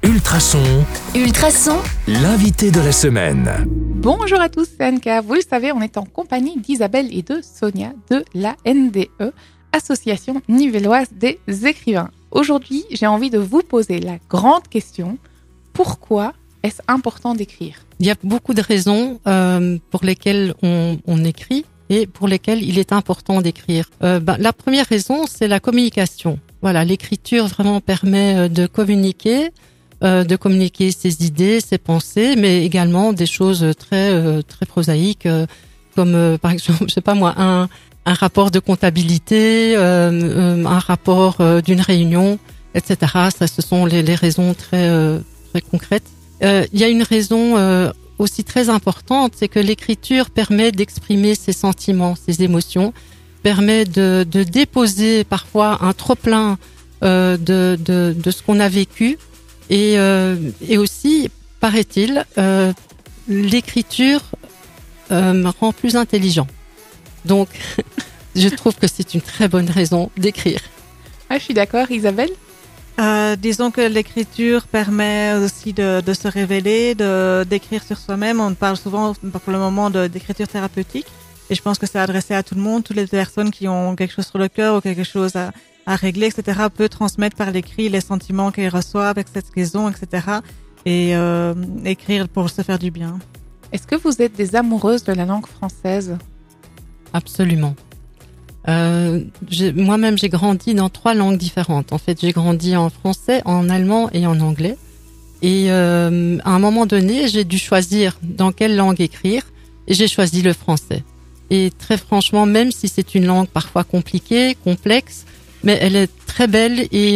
Ultrason, Ultrason, l'invité de la semaine. Bonjour à tous, c'est Anka. Vous le savez, on est en compagnie d'Isabelle et de Sonia de la NDE, Association nivelloise des écrivains. Aujourd'hui, j'ai envie de vous poser la grande question, pourquoi est-ce important d'écrire ? Il y a beaucoup de raisons pour lesquelles on écrit et pour lesquelles il est important d'écrire. La première raison, c'est la communication. Voilà, l'écriture vraiment permet de communiquer ses idées, ses pensées, mais également des choses très prosaïques, comme par exemple, je sais pas moi, un rapport de comptabilité, un rapport d'une réunion, etc. Ça, ce sont les raisons très concrètes. Il y a une raison aussi très importante, c'est que l'écriture permet d'exprimer ses sentiments, ses émotions, permet de déposer parfois un trop-plein de ce qu'on a vécu. Et aussi, paraît-il, l'écriture me rend plus intelligent. Donc, je trouve que c'est une très bonne raison d'écrire. Ah, je suis d'accord, Isabelle ? Disons que l'écriture permet aussi de se révéler, d'écrire sur soi-même. On parle souvent pour le moment d'écriture thérapeutique. Et je pense que c'est adressé à tout le monde. Toutes les personnes qui ont quelque chose sur le cœur ou quelque chose à régler, etc., peut transmettre par l'écrit les sentiments qu'ils reçoivent, ce qu'ils ont, etc. Et écrire pour se faire du bien. Est-ce que vous êtes des amoureuses de la langue française ? Absolument. Moi-même, j'ai grandi dans 3 langues différentes. En fait, j'ai grandi en français, en allemand et en anglais. Et à un moment donné, j'ai dû choisir dans quelle langue écrire. Et j'ai choisi le français. Et très franchement, même si c'est une langue parfois compliquée, complexe, mais elle est très belle et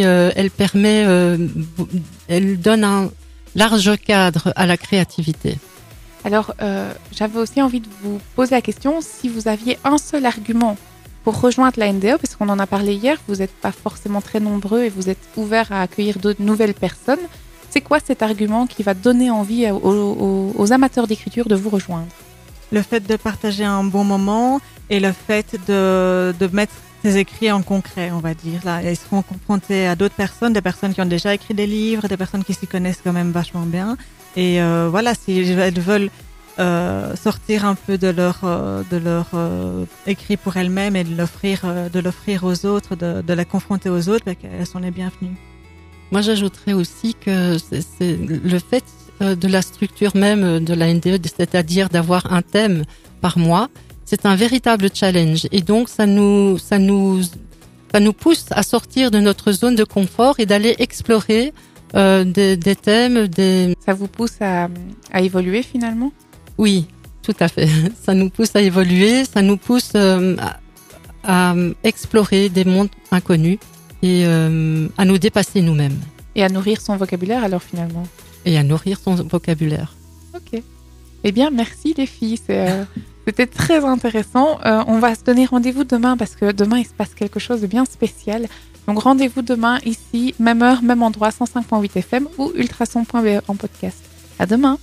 elle donne un large cadre à la créativité. Alors, j'avais aussi envie de vous poser la question, si vous aviez un seul argument pour rejoindre la NDE, parce qu'on en a parlé hier, vous n'êtes pas forcément très nombreux et vous êtes ouverts à accueillir de nouvelles personnes. C'est quoi cet argument qui va donner envie aux amateurs d'écriture de vous rejoindre ? Le fait de partager un bon moment et le fait de mettre ses écrits en concret, on va dire. Là, ils seront confrontés à d'autres personnes, des personnes qui ont déjà écrit des livres, des personnes qui s'y connaissent quand même vachement bien. Et voilà, si elles veulent sortir un peu de leur écrit pour elles-mêmes et de l'offrir aux autres, de la confronter aux autres, elles sont les bienvenues. Moi, j'ajouterais aussi que c'est le fait de la structure même de la NDE, c'est-à-dire d'avoir un thème par mois, c'est un véritable challenge. Et donc, ça nous pousse à sortir de notre zone de confort et d'aller explorer des thèmes. Ça vous pousse à évoluer finalement ? Oui, tout à fait. Ça nous pousse à évoluer, ça nous pousse à explorer des mondes inconnus et à nous dépasser nous-mêmes. Et à nourrir son vocabulaire alors finalement ? Et à nourrir son vocabulaire. Ok. Eh bien, merci les filles. C'était très intéressant. On va se donner rendez-vous demain parce que demain, il se passe quelque chose de bien spécial. Donc, rendez-vous demain ici, même heure, même endroit, 105.8 FM ou ultrason.be en podcast. À demain.